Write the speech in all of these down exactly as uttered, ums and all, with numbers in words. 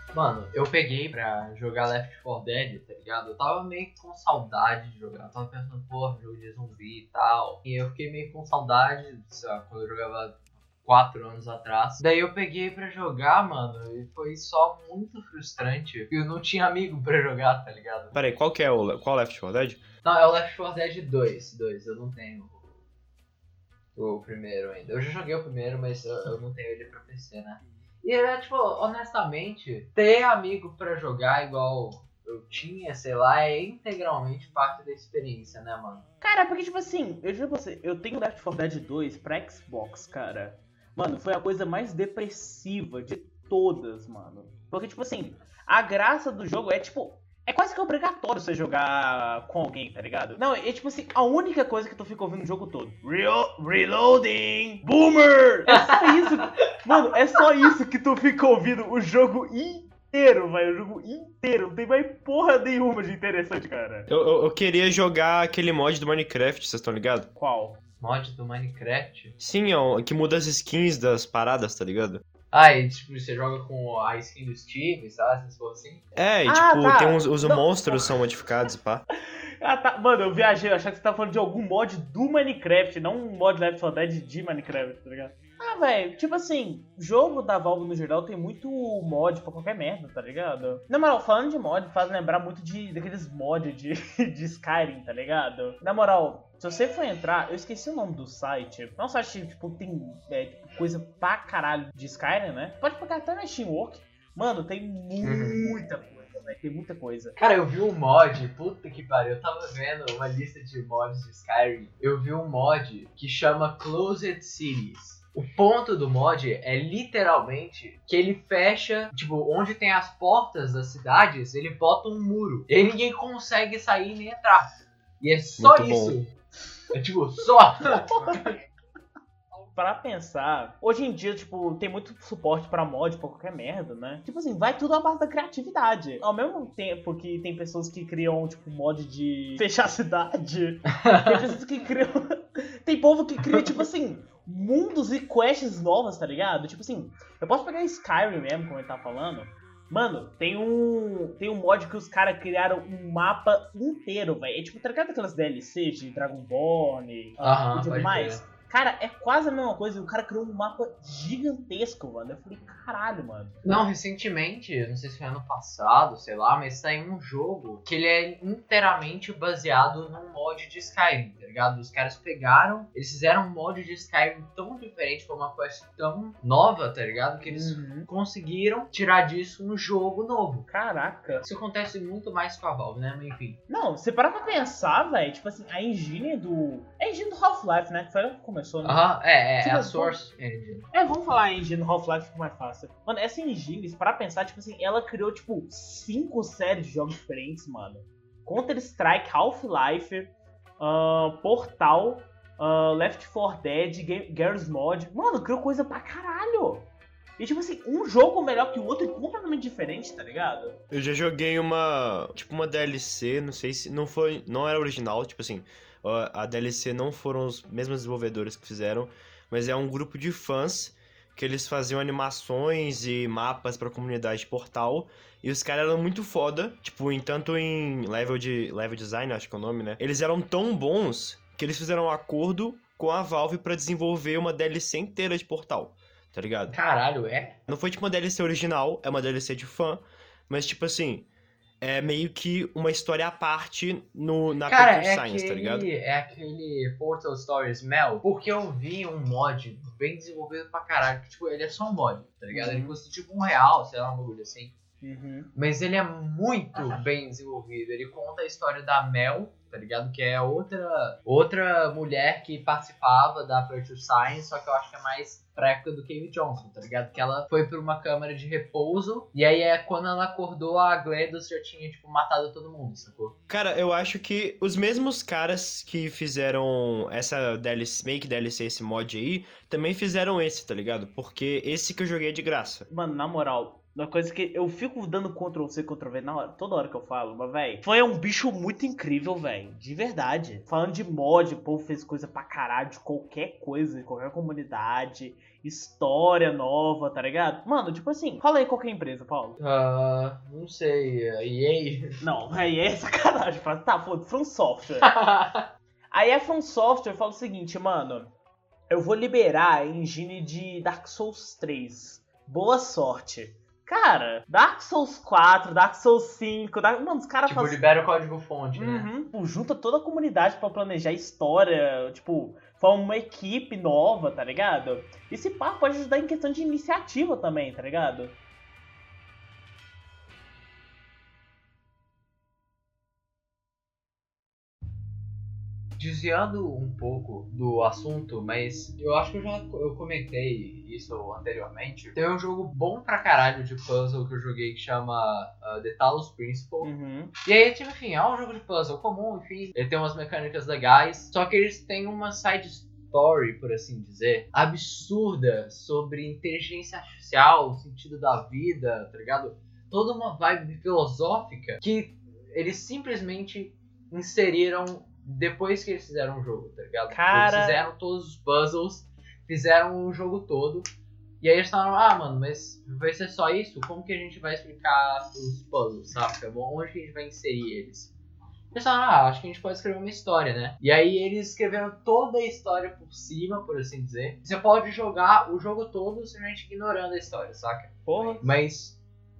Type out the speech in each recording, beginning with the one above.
Mano, eu peguei pra jogar Left four Dead, tá ligado? Eu tava meio com saudade de jogar. Eu tava pensando, porra, jogo de zumbi e tal. E eu fiquei meio com saudade, sei lá, quando eu jogava quatro anos atrás. Daí eu peguei pra jogar, mano, e foi só muito frustrante. Eu não tinha amigo pra jogar, tá ligado? Peraí, qual que é o qual Left four Dead? Não, é o Left four Dead dois, dois. Eu não tenho o, o primeiro ainda. Eu já joguei o primeiro, mas eu, eu não tenho ele pra P C, né? E é, tipo, honestamente, ter amigo pra jogar igual eu tinha, sei lá, é integralmente parte da experiência, né, mano? Cara, porque, tipo assim, eu juro pra você, eu tenho Left four Dead dois pra Xbox, cara. Mano, foi a coisa mais depressiva de todas, mano. Porque, tipo assim, a graça do jogo é, tipo, é quase que obrigatório você jogar com alguém, tá ligado? Não, é tipo assim, a única coisa que tu fica ouvindo o jogo todo. Reo- Reloading! Boomer! É só isso. Mano, é só isso que tu fica ouvindo o jogo inteiro, velho. O jogo inteiro. Não tem mais porra nenhuma de interessante, cara. Eu, eu, eu queria jogar aquele mod do Minecraft, vocês estão ligados? Qual? Mod do Minecraft. Sim, é o que muda as skins das paradas, tá ligado? Ah, e tipo, você joga com a skin do Steve, sabe? Essas coisas assim. É, e Ah, tipo, tá. tem uns, os Não. monstros são modificados, pá. Ah, tá. Mano, eu viajei, eu achava que você tava falando de algum mod do Minecraft, não um mod Left four Dead de Minecraft, tá ligado? Ah, velho, tipo assim, jogo da Valve no geral tem muito mod pra qualquer merda, tá ligado? Na moral, falando de mod, faz lembrar muito de daqueles mods de, de Skyrim, tá ligado? Na moral, se você for entrar, eu esqueci o nome do site. É um site que, tipo, tem é, tipo, coisa pra caralho de Skyrim, né? Pode pegar até na Steamwork. Mano, tem muita coisa. Tem muita coisa. Cara, eu vi um mod, puta que pariu, eu tava vendo uma lista de mods de Skyrim. Eu vi um mod que chama Closed Cities. O ponto do mod é literalmente que ele fecha, tipo, onde tem as portas das cidades, ele bota um muro. E aí ninguém consegue sair nem entrar. E é só Muito bom. isso. É tipo, só. Pra pensar, hoje em dia, tipo, tem muito suporte pra mod, pra qualquer merda, né? Tipo assim, vai tudo à base da criatividade. Ao mesmo tempo que tem pessoas que criam, tipo, mod de fechar a cidade, tem pessoas que criam... tem povo que cria, tipo assim, mundos e quests novas, tá ligado? Tipo assim, eu posso pegar Skyrim mesmo, como ele tá falando. Mano, tem um tem um mod que os caras criaram um mapa inteiro, velho. É tipo, tá ligado aquelas D L Cs de Dragonborn Aham, e tudo pode mais? crer. Cara, é quase a mesma coisa. O cara criou um mapa gigantesco, mano. Eu falei, caralho, mano. Não, recentemente, não sei se foi ano passado, sei lá, mas saiu um jogo que ele é inteiramente baseado num mod de Skyrim, tá ligado? Os caras pegaram, eles fizeram um mod de Skyrim tão diferente, foi uma quest tão nova, tá ligado? Que eles Uhum. conseguiram tirar disso um jogo novo. Caraca. Isso acontece muito mais com a Valve, né? Mas enfim. Não, você para pra pensar, velho. Tipo assim, a engine do. É a engine do Half-Life, né? Que foi ela que começou, né? Aham, é, é, Tipo, é a Source Engine. É, vamos falar a engine do Half-Life, fica mais fácil. Mano, essa engine, para pensar, tipo assim, ela criou, tipo, cinco séries de jogos diferentes, mano. Counter-Strike, Half-Life, uh, Portal, uh, Left four Dead, Ga- Garry's Mod. Mano, criou coisa pra caralho. E tipo assim, um jogo melhor que o outro e completamente diferente, tá ligado? Eu já joguei uma, tipo uma D L C, não sei se, não foi, não era original, tipo assim, a D L C não foram os mesmos desenvolvedores que fizeram, mas é um grupo de fãs que eles faziam animações e mapas pra comunidade de Portal, e os caras eram muito foda, tipo, em, tanto em level, de, level design, acho que é o nome, né? Eles eram tão bons que eles fizeram um acordo com a Valve pra desenvolver uma D L C inteira de Portal, tá ligado? Caralho, é? Não foi tipo uma D L C original, é uma D L C de fã, mas tipo assim, é meio que uma história à parte no, na Cara, Computer é Science, tá ligado? aquele, é aquele Portal Stories Mel, porque eu vi um mod bem desenvolvido pra caralho, que tipo, ele é só um mod, tá ligado? Uhum. Ele custa tipo um real, sei lá, um bagulho assim. Uhum. Mas ele é muito bem desenvolvido, ele conta a história da Mel, tá ligado? Que é outra, outra mulher que participava da Aperture Science, só que eu acho que é mais pra época do Cave Johnson, tá ligado? Que ela foi pra uma câmara de repouso, e aí é quando ela acordou, a GLaDOS já tinha, tipo, matado todo mundo, sacou? Cara, eu acho que os mesmos caras que fizeram essa D L C, make D L C, esse mod aí, também fizeram esse, tá ligado? Porque esse que eu joguei é de graça. Mano, na moral, Uma coisa que eu fico dando Ctrl C, Ctrl V na hora, toda hora que eu falo, mas, véi, foi um bicho muito incrível, véi. De verdade. Falando de mod, o povo fez coisa pra caralho, de qualquer coisa, de qualquer comunidade, história nova, tá ligado? Mano, tipo assim, fala aí qual que é a empresa, Paulo. Ah, não sei, a E A? Não, aí é sacanagem. Fala, tá, foda-se, From Software. Aí a From Software fala o seguinte, mano, eu vou liberar a engine de Dark Souls três. Boa sorte. Cara, Dark Souls quatro, Dark Souls cinco, Dark... mano, os caras Tipo, fazem... libera o código-fonte, né? Uhum. Tipo, junta toda a comunidade pra planejar história, tipo, forma uma equipe nova, tá ligado? Esse papo pode ajudar em questão de iniciativa também, tá ligado? Desviando um pouco do assunto, mas eu acho que eu já eu comentei isso anteriormente. Tem um jogo bom pra caralho de puzzle que eu joguei que chama uh, The Talos Principle. Uhum. E aí, tipo, enfim, é um jogo de puzzle comum, enfim, ele tem umas mecânicas legais, só que eles têm uma side story, por assim dizer, absurda sobre inteligência artificial, o sentido da vida, tá ligado? Toda uma vibe filosófica que eles simplesmente inseriram depois que eles fizeram o jogo, tá ligado? Cara... Eles fizeram todos os puzzles, fizeram o jogo todo, e aí eles falaram, ah, mano, mas vai ser só isso? Como que a gente vai explicar os puzzles, saca? Onde que a gente vai inserir eles? Eles falaram, ah, acho que a gente pode escrever uma história, né? E aí eles escreveram toda a história por cima, por assim dizer. Você pode jogar o jogo todo simplesmente ignorando a história, saca? Porra. Mas...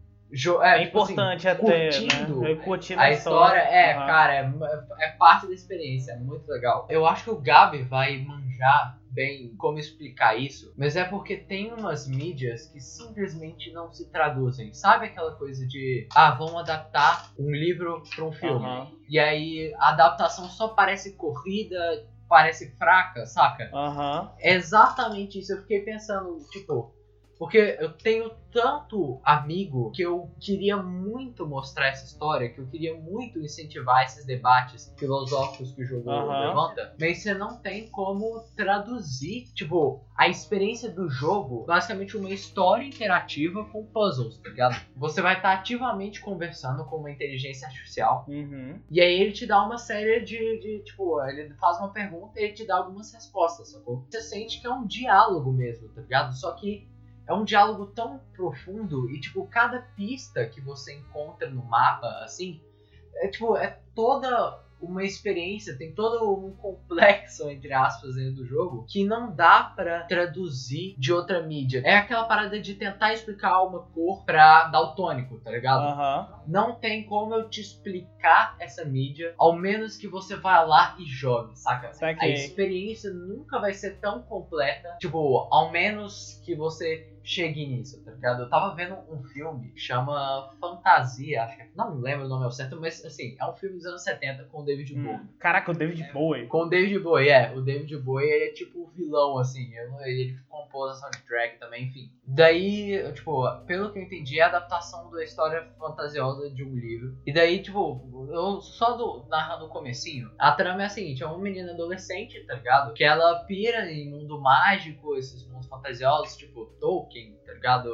Jo- é, É tipo importante assim, até, curtindo né? Curtindo a história, é, uhum. cara, é, é parte da experiência, é muito legal. Eu acho que o Gabi vai manjar bem como explicar isso, mas é porque tem umas mídias que simplesmente não se traduzem. Sabe aquela coisa de, ah, vamos adaptar um livro para um filme, Uhum. e aí a adaptação só parece corrida, parece fraca, saca? Aham. É exatamente isso, eu fiquei pensando, tipo... Porque eu tenho tanto amigo que eu queria muito mostrar essa história, que eu queria muito incentivar esses debates filosóficos que o jogo Uhum. levanta, mas você não tem como traduzir, tipo, a experiência do jogo, basicamente uma história interativa com puzzles, tá ligado? Você vai estar ativamente conversando com uma inteligência artificial, Uhum. e aí ele te dá uma série de, de, tipo, ele faz uma pergunta e ele te dá algumas respostas, sacou? Você sente que é um diálogo mesmo, tá ligado? Só que é um diálogo tão profundo e, tipo, cada pista que você encontra no mapa, assim, é, tipo, é toda uma experiência, tem todo um complexo, entre aspas, dentro do jogo, que não dá pra traduzir de outra mídia. É aquela parada de tentar explicar uma cor pra daltônico, tá ligado? Aham. Não tem como eu te explicar essa mídia, ao menos que você vá lá e jogue, saca? Saquei. A experiência nunca vai ser tão completa, tipo, ao menos que você chegue nisso, tá ligado? Eu tava vendo um filme que chama Fantasia, acho que não lembro o nome ao certo, mas assim, é um filme dos anos setenta com o David Bowie. Hum. Caraca, o David Bowie. Com o David Bowie, é. O David Bowie ele é tipo o vilão, assim. Ele compôs a soundtrack também, enfim. Daí, tipo, pelo que eu entendi, é a adaptação da história fantasiosa de um livro. E daí, tipo, eu só do, narrando o comecinho, a trama é a seguinte, é uma menina adolescente, tá ligado? Que ela pira em mundo mágico, esses mundos fantasiosos, tipo Tolkien, tá ligado?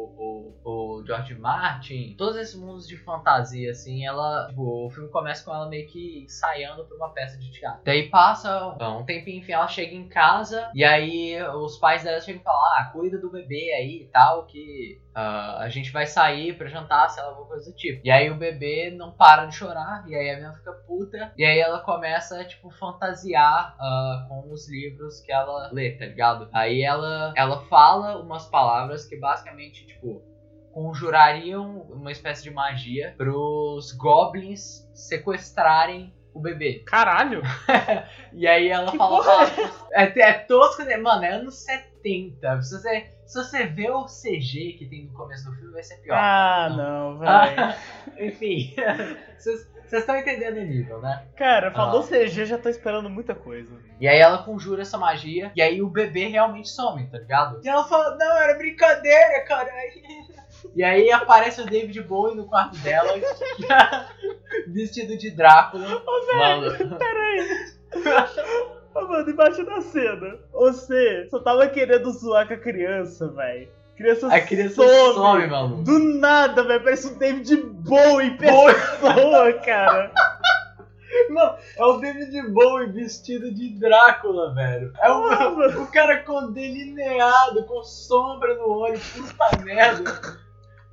O, o, o George Martin, todos esses mundos de fantasia, assim, ela, tipo, o filme começa com ela meio que ensaiando pra uma peça de teatro. Daí passa um tempinho, enfim, ela chega em casa e aí os pais dela chegam e falam, ah, cuida do bebê aí e tal, que uh, a gente vai sair pra jantar, sei lá, alguma coisa do tipo. E aí o bebê não para de chorar, e aí a menina fica puta, e aí ela começa, tipo, fantasiar uh, com os livros que ela lê, tá ligado? Aí ela, ela fala umas palavras que basicamente, tipo, conjurariam uma espécie de magia pros goblins sequestrarem o bebê. Caralho! E aí ela que fala porra palavras. É, é tosco, né? Mano, é anos setenta. Se você, se você vê o C G que tem no começo do filme, vai ser pior. Ah, não, velho. Enfim, vocês estão entendendo o nível, né? Cara, falou Ah. C G, já tô esperando muita coisa. E aí ela conjura essa magia, e aí o bebê realmente some, tá ligado? E ela fala, não, era brincadeira, cara. E aí aparece o David Bowie no quarto dela, vestido de Drácula. Ô, velho, peraí. Ô, mano, embaixo da cena. Você só tava querendo zoar com a criança, velho. criança A criança some, some, mano. Do nada, velho. Parece um David Bowie pessoa, cara. Não, é o David Bowie vestido de Drácula, velho. É o, Ah, o cara com delineado, com sombra no olho, puta merda.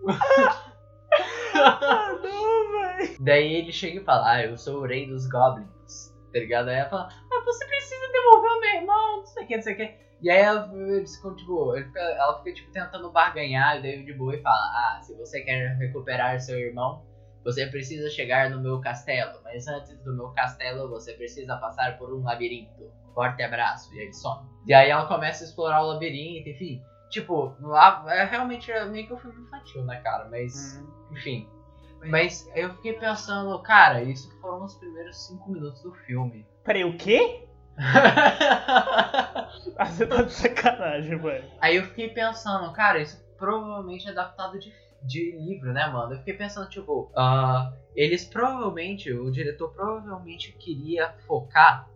Ah, não, velho. Daí ele chega e fala, ah, eu sou o rei dos goblins, tá ligado? Aí ela fala, ah, você precisa devolver o meu irmão, não sei o que, não sei o que. E aí ela, eles ficam, tipo, ele fica- ela fica tipo, tentando barganhar, e o David Bowie fala, ah, se você quer recuperar seu irmão, você precisa chegar no meu castelo, mas antes do meu castelo você precisa passar por um labirinto. Forte abraço, e aí some. E aí ela começa a explorar o labirinto, enfim. Tipo, lá é realmente meio que um filme infantil, né, cara? Mas, Uhum. enfim. Mas eu fiquei pensando, cara, isso foram os primeiros cinco minutos do filme. Peraí, o quê? Ah, você tá de sacanagem, velho. Aí eu fiquei pensando, cara, isso provavelmente é adaptado de, de livro, né, mano? Eu fiquei pensando, tipo, ah, eles provavelmente, o diretor provavelmente queria focar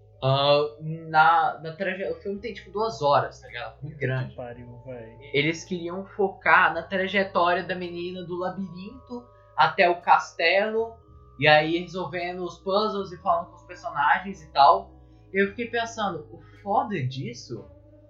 ah, na, na trajetória. O filme tem, tipo, duas horas, tá ligado? Muito grande. Que pariu, velho. Eles queriam focar na trajetória da menina do labirinto até o castelo, e aí resolvendo os puzzles e falando com os personagens e tal. Eu fiquei pensando, o foda disso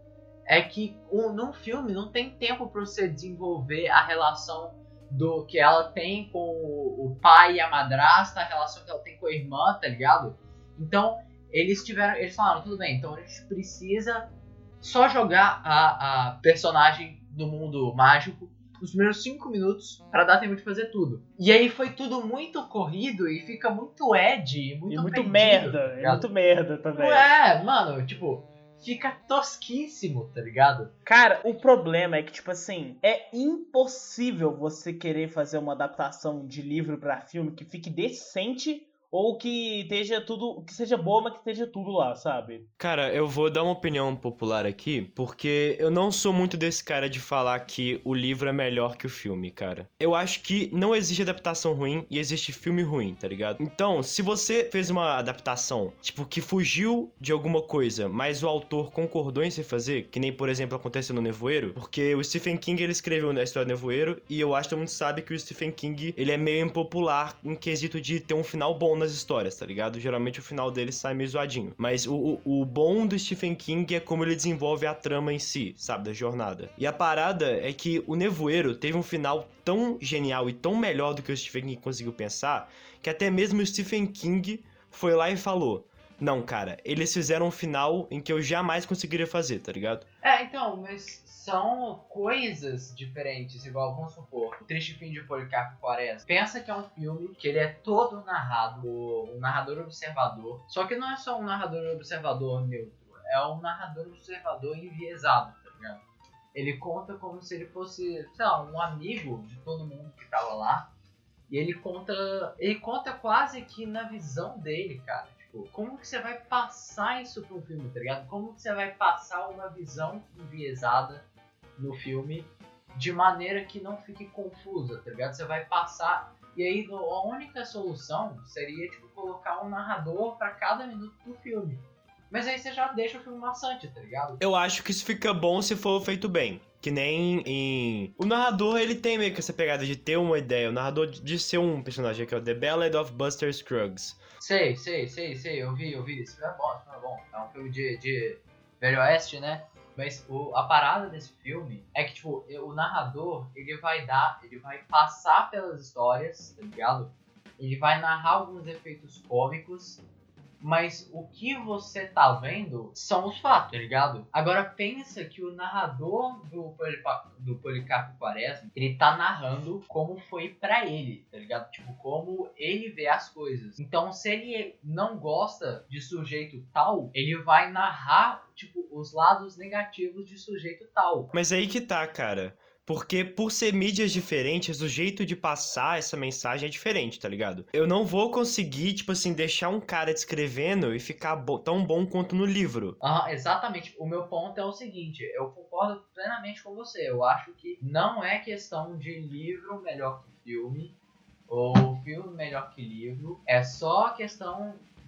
é que um, num filme não tem tempo pra você desenvolver a relação do que ela tem com o, o pai e a madrasta, a relação que ela tem com a irmã, tá ligado? Então, eles tiveram, eles falaram, tudo bem, então a gente precisa só jogar a, a personagem do mundo mágico nos primeiros cinco minutos pra dar tempo de fazer tudo. E aí foi tudo muito corrido e fica muito Ed, muito E muito perdido, merda, tá e ligado? muito merda também. É, mano, tipo, fica tosquíssimo, tá ligado? Cara, o problema é que, tipo assim, é impossível você querer fazer uma adaptação de livro pra filme que fique decente ou que esteja tudo, que seja boa, mas que esteja tudo lá, sabe? Cara, eu vou dar uma opinião popular aqui, porque eu não sou muito desse cara de falar que o livro é melhor que o filme, cara. Eu acho que não existe adaptação ruim e existe filme ruim, tá ligado? Então, se você fez uma adaptação, tipo, que fugiu de alguma coisa, mas o autor concordou em se fazer, que nem, por exemplo, aconteceu no Nevoeiro, porque o Stephen King, ele escreveu a história do Nevoeiro, e eu acho que todo mundo sabe que o Stephen King, ele é meio impopular em quesito de ter um final bom nas histórias, tá ligado? Geralmente o final dele sai meio zoadinho. Mas o, o, o bom do Stephen King é como ele desenvolve a trama em si, sabe? Da jornada. E a parada é que o Nevoeiro teve um final tão genial e tão melhor do que o Stephen King conseguiu pensar, que até mesmo o Stephen King foi lá e falou: não, cara, eles fizeram um final em que eu jamais conseguiria fazer, tá ligado? É, então, mas são coisas diferentes, igual, vamos supor, o Triste Fim de Policarpo Quaresma. Pensa que é um filme que ele é todo narrado, um narrador observador, só que não é só um narrador observador neutro, é um narrador observador enviesado, tá ligado? Ele conta como se ele fosse, sei lá, um amigo de todo mundo que tava lá, e ele conta, ele conta quase que na visão dele, cara. Como que você vai passar isso pro filme, tá ligado? Como que você vai passar uma visão enviesada no filme de maneira que não fique confusa, tá ligado? Você vai passar... E aí a única solução seria, tipo, colocar um narrador pra cada minuto do filme. Mas aí você já deixa o filme maçante, tá ligado? Eu acho que isso fica bom se for feito bem. Que nem em... O narrador, ele tem meio que essa pegada de ter uma ideia. O narrador de ser um personagem que é o The Ballad of Buster Scruggs. Sei, sei, sei, sei, eu vi, eu vi. Isso é bom, isso é bom. É um filme de, de Velho Oeste, né? Mas o, a parada desse filme é que, tipo, o narrador, ele vai dar, ele vai passar pelas histórias, tá ligado? Ele vai narrar alguns efeitos cômicos, mas o que você tá vendo são os fatos, tá ligado? Agora pensa que o narrador do, Polipa, do Policarpo Quaresma, ele tá narrando como foi pra ele, tá ligado? Tipo, como ele vê as coisas. Então, se ele não gosta de sujeito tal, ele vai narrar, tipo, os lados negativos de sujeito tal. Mas aí que tá, cara. Porque por ser mídias diferentes, o jeito de passar essa mensagem é diferente, tá ligado? Eu não vou conseguir, tipo assim, deixar um cara descrevendo e ficar bo- tão bom quanto no livro. Ah, exatamente. O meu ponto é o seguinte, eu concordo plenamente com você. Eu acho que não é questão de livro melhor que filme, ou filme melhor que livro. É só questão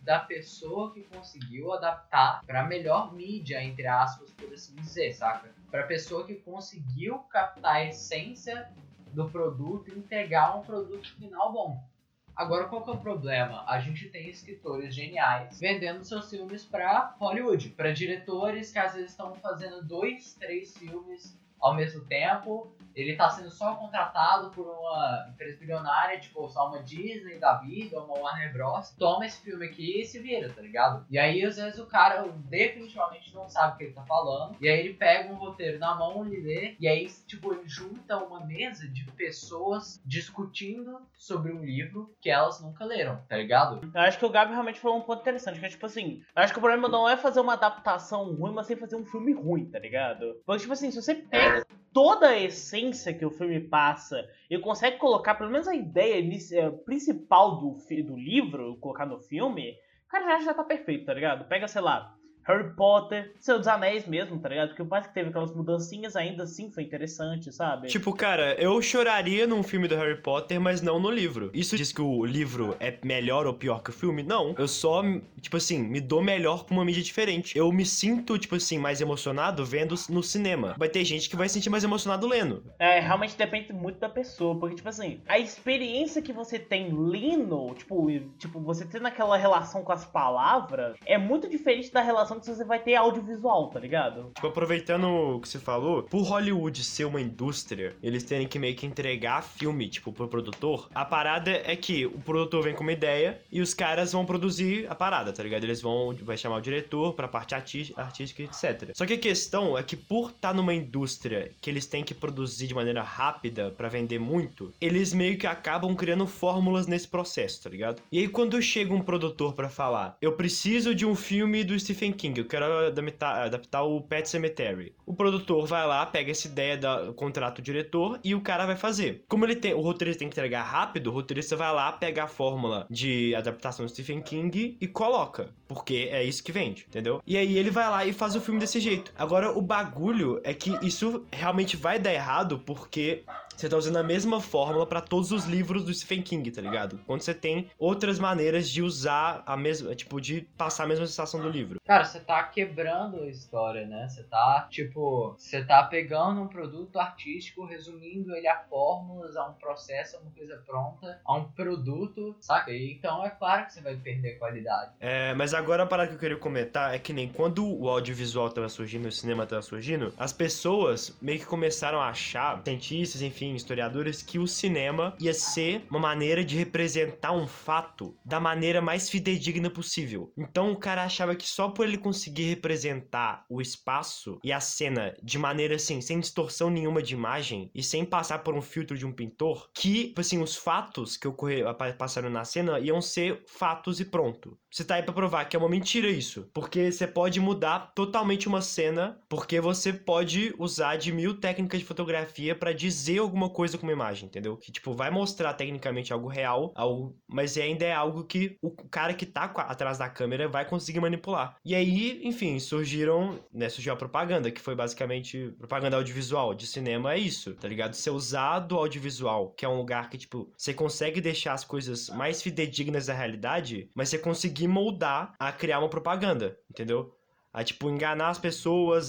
da pessoa que conseguiu adaptar pra melhor mídia, entre aspas, por assim dizer, saca? Pra pessoa que conseguiu captar a essência do produto e entregar um produto final bom. Agora, qual que é o problema? A gente tem escritores geniais vendendo seus filmes pra Hollywood, pra diretores que às vezes estão fazendo dois, três filmes ao mesmo tempo. Ele tá sendo só contratado por uma empresa bilionária, tipo, só uma Disney da vida, uma Warner Bros. Toma esse filme aqui e se vira, tá ligado? E aí, às vezes, o cara definitivamente não sabe o que ele tá falando. E aí ele pega um roteiro na mão, ele lê, e aí, tipo, ele junta uma mesa de pessoas discutindo sobre um livro que elas nunca leram, tá ligado? Eu acho que o Gabi realmente falou um ponto interessante, que é tipo assim, eu acho que o problema não é fazer uma adaptação ruim, mas sim fazer um filme ruim, tá ligado? Porque, tipo assim, se você pega toda a essência que o filme passa e consegue colocar pelo menos a ideia inicia- principal do, fi- do livro, colocar no filme, cara, já, já tá perfeito, tá ligado? Pega, sei lá, Harry Potter, Senhor dos Anéis mesmo, tá ligado? Porque o mais que teve aquelas mudancinhas ainda assim foi interessante, sabe? Tipo, cara, eu choraria num filme do Harry Potter, mas não no livro. Isso diz que o livro é melhor ou pior que o filme? Não. Eu só, tipo assim, me dou melhor com uma mídia diferente. Eu me sinto, tipo assim, mais emocionado vendo no cinema. Vai ter gente que vai se sentir mais emocionado lendo. É, realmente depende muito da pessoa, porque, tipo assim, a experiência que você tem lendo, tipo, e- tipo, você tendo aquela relação com as palavras, é muito diferente da relação que você vai ter audiovisual, tá ligado? Tipo, aproveitando o que você falou, por Hollywood ser uma indústria, eles terem que meio que entregar filme, tipo, pro produtor, a parada é que o produtor vem com uma ideia e os caras vão produzir a parada, tá ligado? Eles vão, vai chamar o diretor pra parte arti- artística, etcétera. Só que a questão é que por estar numa indústria que eles têm que produzir de maneira rápida pra vender muito, eles meio que acabam criando fórmulas nesse processo, tá ligado? E aí quando chega um produtor pra falar, eu preciso de um filme do Stephen King, eu quero adaptar, adaptar o Pet Sematary. O produtor vai lá, pega essa ideia, da, contrata o diretor e o cara vai fazer. Como ele tem, o roteirista tem que entregar rápido, o roteirista vai lá, pega a fórmula de adaptação do Stephen King e coloca, porque é isso que vende, entendeu? E aí ele vai lá e faz o filme desse jeito. Agora, o bagulho é que isso realmente vai dar errado porque você tá usando a mesma fórmula pra todos os livros do Stephen King, tá ligado? Quando você tem outras maneiras de usar a mesma, tipo, de passar a mesma sensação do livro. Cara, você tá quebrando a história, né? Você tá, tipo, você tá pegando um produto artístico, resumindo ele a fórmulas, a um processo, a uma coisa pronta, a um produto, saca? E então é claro que você vai perder qualidade. É, mas agora a parada que eu queria comentar é que nem quando o audiovisual tava surgindo, o cinema tava surgindo, as pessoas meio que começaram a achar, cientistas, enfim, historiadores, que o cinema ia ser uma maneira de representar um fato da maneira mais fidedigna possível. Então o cara achava que só por ele conseguir representar o espaço e a cena de maneira assim, sem distorção nenhuma de imagem e sem passar por um filtro de um pintor, que, tipo assim, os fatos que ocorreram, passaram na cena iam ser fatos e pronto. Você tá aí pra provar que é uma mentira isso, porque você pode mudar totalmente uma cena, porque você pode usar de mil técnicas de fotografia pra dizer alguma coisa com uma imagem, entendeu? Que, tipo, vai mostrar tecnicamente algo real, algo, mas ainda é algo que o cara que tá atrás da câmera vai conseguir manipular. E aí, enfim, surgiram, né, surgiu a propaganda, que foi basicamente propaganda audiovisual de cinema, é isso, tá ligado? Você usar do audiovisual, que é um lugar que, tipo, você consegue deixar as coisas mais fidedignas da realidade, mas você conseguir moldar a criar uma propaganda, entendeu? A, tipo, enganar as pessoas,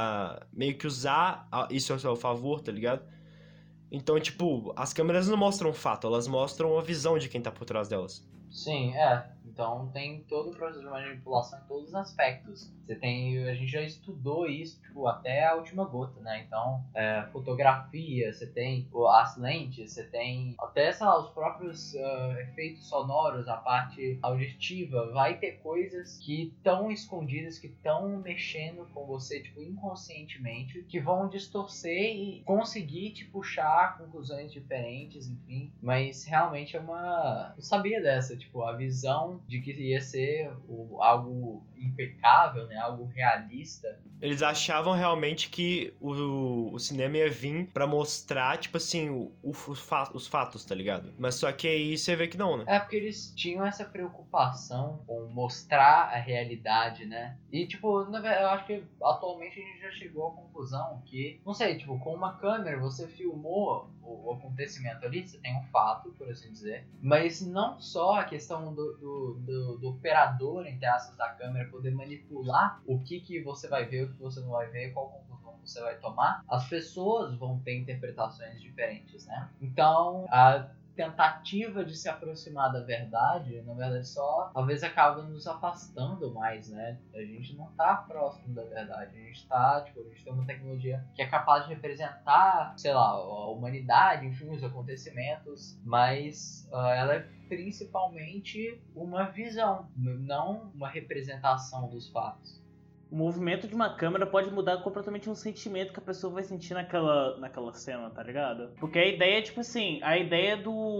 a meio que usar isso ao seu favor, tá ligado? Então, tipo, as câmeras não mostram fato, elas mostram a visão de quem tá por trás delas. Sim, é. Então tem todo o processo de manipulação em todos os aspectos. Você tem, a gente já estudou isso, tipo, até a última gota, né? Então, é, fotografia, você tem as lentes, você tem até, sei lá, os próprios uh, efeitos sonoros, a parte auditiva. Vai ter coisas que estão escondidas, que estão mexendo com você, tipo, inconscientemente, que vão distorcer e conseguir te puxar a conclusões diferentes, enfim. Mas realmente é uma... Eu sabia dessa, tipo, a visão de que ia ser o, algo impecável, né, algo realista, Eles achavam realmente que o, o cinema ia vir pra mostrar, tipo assim, o, o, os, fa- os fatos, tá ligado? Mas só que aí você vê que não, né? É porque eles tinham essa preocupação com mostrar a realidade, né? E, tipo, na verdade, eu acho que atualmente a gente já chegou à conclusão que, não sei, tipo, com uma câmera você filmou o, o acontecimento ali, você tem um fato, por assim dizer, mas não só a questão do, do, do, do operador, entre aspas, da câmera poder manipular o que, que você vai ver, o que você não vai ver, qual conclusão você vai tomar, as pessoas vão ter interpretações diferentes, né? Então, a tentativa de se aproximar da verdade, na verdade só talvez acaba nos afastando mais, né? A gente não tá próximo da verdade, a gente tá, tipo, a gente tem uma tecnologia que é capaz de representar, sei lá, a humanidade, enfim, os acontecimentos, mas uh, ela é principalmente uma visão, não uma representação dos fatos. O movimento de uma câmera pode mudar completamente um sentimento que a pessoa vai sentir naquela, naquela cena, tá ligado? Porque a ideia é, tipo assim, a ideia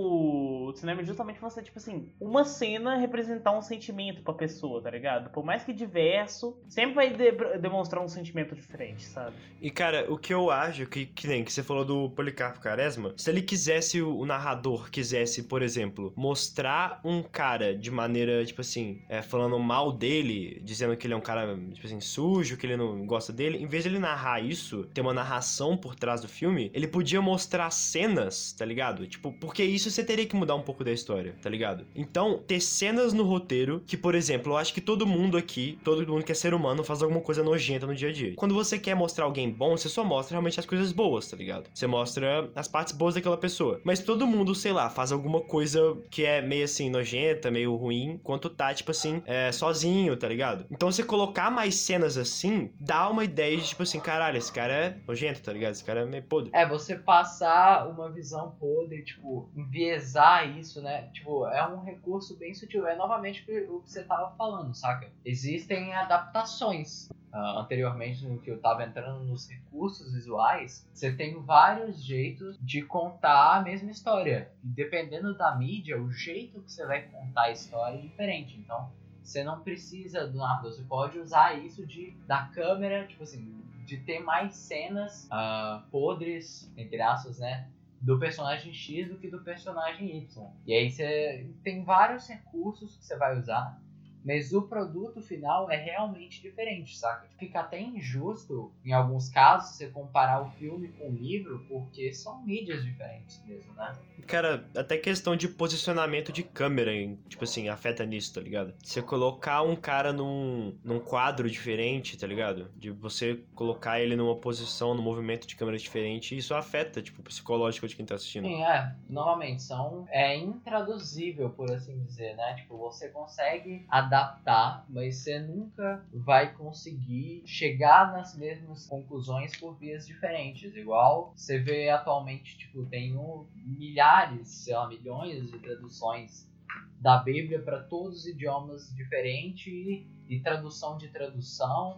do cinema é justamente você, tipo assim, uma cena representar um sentimento pra pessoa, tá ligado? Por mais que diverso, sempre vai de- demonstrar um sentimento diferente, sabe? E, cara, o que eu acho, que, que nem que você falou do Policarpo Quaresma, se ele quisesse, o, o narrador quisesse, por exemplo, mostrar um cara de maneira, tipo assim, é, falando mal dele, dizendo que ele é um cara, tipo assim, sujo, que ele não gosta dele, em vez de ele narrar isso, ter uma narração por trás do filme, ele podia mostrar cenas, tá ligado? Tipo, porque isso você teria que mudar um pouco da história, tá ligado? Então, ter cenas no roteiro que, por exemplo, eu acho que todo mundo aqui, todo mundo que é ser humano, faz alguma coisa nojenta no dia a dia. Quando você quer mostrar alguém bom, você só mostra realmente as coisas boas, tá ligado? Você mostra as partes boas daquela pessoa. Mas todo mundo, sei lá, faz alguma coisa que é meio assim, nojenta, meio ruim, enquanto tá, tipo assim, é, sozinho, tá ligado? Então, você colocar mais cenas assim, dá uma ideia de, tipo assim, caralho, esse cara é nojento, tá ligado? Esse cara é meio podre. É, você passar uma visão podre, tipo, enviesar isso, né? Tipo, é um recurso bem sutil. É novamente o que você tava falando, saca? Existem adaptações. Uh, anteriormente, no que eu tava entrando nos recursos visuais, você tem vários jeitos de contar a mesma história. E dependendo da mídia, o jeito que você vai contar a história é diferente. Então, você não precisa do narrador, você pode usar isso de, da câmera, tipo assim, de ter mais cenas uh, podres, entre aspas, né, do personagem X do que do personagem Y. E aí você tem vários recursos que você vai usar, mas o produto final é realmente diferente, saca? Fica até injusto, em alguns casos, você comparar o filme com o livro, porque são mídias diferentes mesmo, né? Cara, até questão de posicionamento de câmera, hein? Tipo assim, afeta nisso, tá ligado? Você colocar um cara num, num quadro diferente, tá ligado? De você colocar ele numa posição, num movimento de câmera diferente, isso afeta, tipo, o psicológico de quem tá assistindo. Sim, é. Novamente, são, é intraduzível, por assim dizer, né? Tipo, você consegue adaptar, mas você nunca vai conseguir chegar nas mesmas conclusões por vias diferentes. Igual você vê atualmente, tipo, tem um, milhares, sei lá, milhões de traduções da Bíblia para todos os idiomas diferentes e, e tradução de tradução,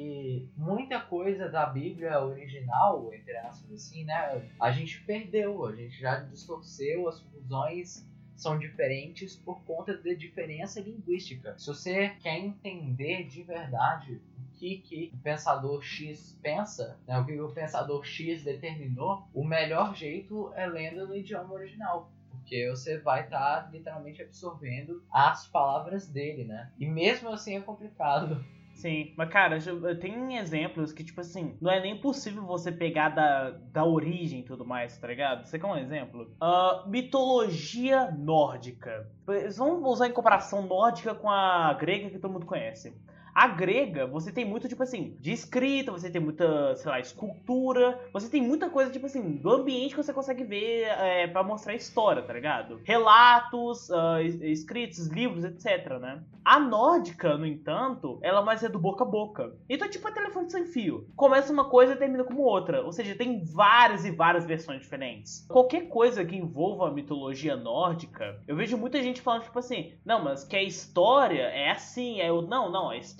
e muita coisa da Bíblia original, entre aspas assim, né, a gente perdeu, a gente já distorceu, as conclusões são diferentes por conta da diferença linguística. Se você quer entender de verdade o que, que o pensador X pensa, né, o que o pensador X determinou, o melhor jeito é lendo no idioma original. Porque você vai estar tá, literalmente absorvendo as palavras dele, né? E mesmo assim é complicado. Sim, mas cara, tem exemplos que, tipo assim, não é nem possível você pegar da, da origem e tudo mais, tá ligado? Você quer um exemplo? Uh, mitologia nórdica. Vamos usar em comparação nórdica com a grega que todo mundo conhece. A grega, você tem muito, tipo assim, de escrita, você tem muita, sei lá, escultura, você tem muita coisa, tipo assim, do ambiente que você consegue ver é, pra mostrar a história, tá ligado? Relatos, uh, escritos, livros, etc, né? A nórdica, no entanto, ela mais é do boca a boca. Então, tipo, é telefone sem fio. Começa uma coisa e termina como outra. Ou seja, tem várias e várias versões diferentes. Qualquer coisa que envolva a mitologia nórdica, eu vejo muita gente falando, tipo assim, não, mas que a história é assim, é o... Não, não, a história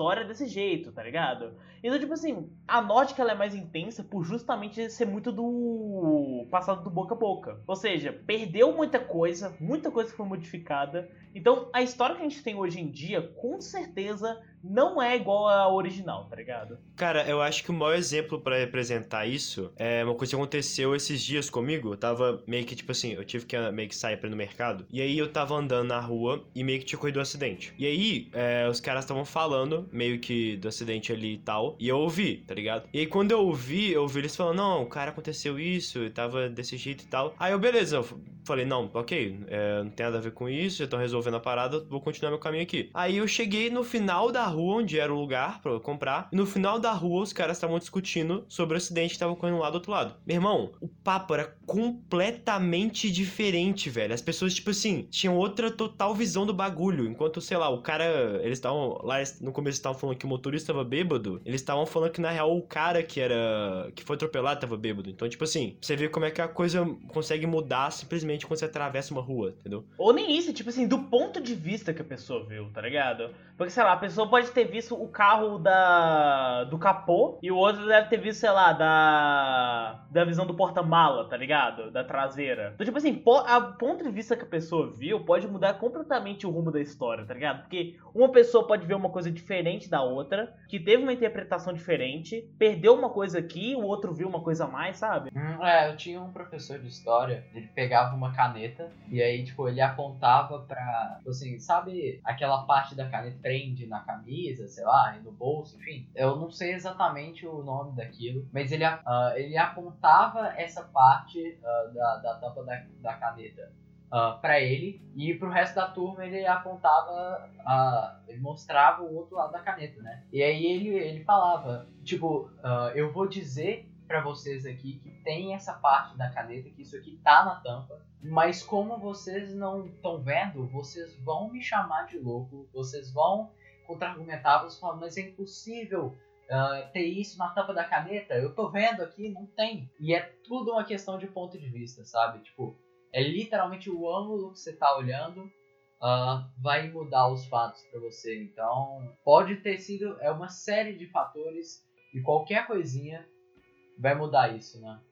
história desse jeito, tá ligado? Então, tipo assim, a Nórdica ela é mais intensa por justamente ser muito do passado do boca a boca. Ou seja, perdeu muita coisa, muita coisa foi modificada. Então, a história que a gente tem hoje em dia, com certeza, não é igual à original, tá ligado? Cara, eu acho que o maior exemplo pra representar isso é uma coisa que aconteceu esses dias comigo. Eu tava meio que, tipo assim, eu tive que meio que sair pra ir no mercado. E aí eu tava andando na rua e meio que tinha corrido um acidente. E aí, é, os caras estavam falando meio que do acidente ali e tal. E eu ouvi, tá ligado? E aí quando eu ouvi, eu ouvi eles falando, não, o cara aconteceu isso, e tava desse jeito e tal. Aí eu, beleza, eu falei, não, ok, é, não tem nada a ver com isso, já estão resolvendo a parada, vou continuar meu caminho aqui. Aí eu cheguei no final da rua, onde era o lugar pra eu comprar, e no final da rua os caras estavam discutindo sobre o acidente que tava ocorrendo lá do outro lado. Meu irmão, o papo era completamente diferente, velho. As pessoas, tipo assim, tinham outra total visão do bagulho, enquanto, sei lá, o cara, eles estavam, lá no começo estavam falando que o motorista tava bêbado, eles estavam falando que na real o cara que era, que foi atropelado tava bêbado. Então, tipo assim, você vê como é que a coisa consegue mudar simplesmente quando você atravessa uma rua, entendeu? Ou nem isso, tipo assim, do ponto de vista que a pessoa viu, tá ligado? Porque, sei lá, a pessoa pode ter visto o carro da do capô e o outro deve ter visto, sei lá, da da visão do porta-mala, tá ligado? Da traseira. Então, tipo assim, po, a ponto de vista que a pessoa viu pode mudar completamente o rumo da história, tá ligado? Porque uma pessoa pode ver uma coisa diferente da outra, que teve uma interpretação diferente, perdeu uma coisa aqui, o outro viu uma coisa a mais, sabe? Hum, é, eu tinha um professor de história, ele pegava uma caneta e aí, tipo, ele apontava pra, tipo assim, sabe aquela parte da caneta prende na camisa, sei lá, e no bolso, enfim. Eu não sei exatamente o nome daquilo, mas ele, uh, ele apontava essa parte uh, da, da tampa da, da caneta uh, pra ele, e pro resto da turma ele apontava, uh, ele mostrava o outro lado da caneta, né? E aí ele, ele falava, tipo, uh, eu vou dizer pra vocês aqui que tem essa parte da caneta, que isso aqui tá na tampa, mas como vocês não estão vendo, vocês vão me chamar de louco, vocês vão contra-argumentar, vocês falam, mas é impossível uh, ter isso na tampa da caneta, eu tô vendo aqui, não tem. E é tudo uma questão de ponto de vista, sabe? Tipo, é literalmente o ângulo que você tá olhando uh, vai mudar os fatos pra você. Então, pode ter sido, é uma série de fatores e qualquer coisinha vai mudar isso, né?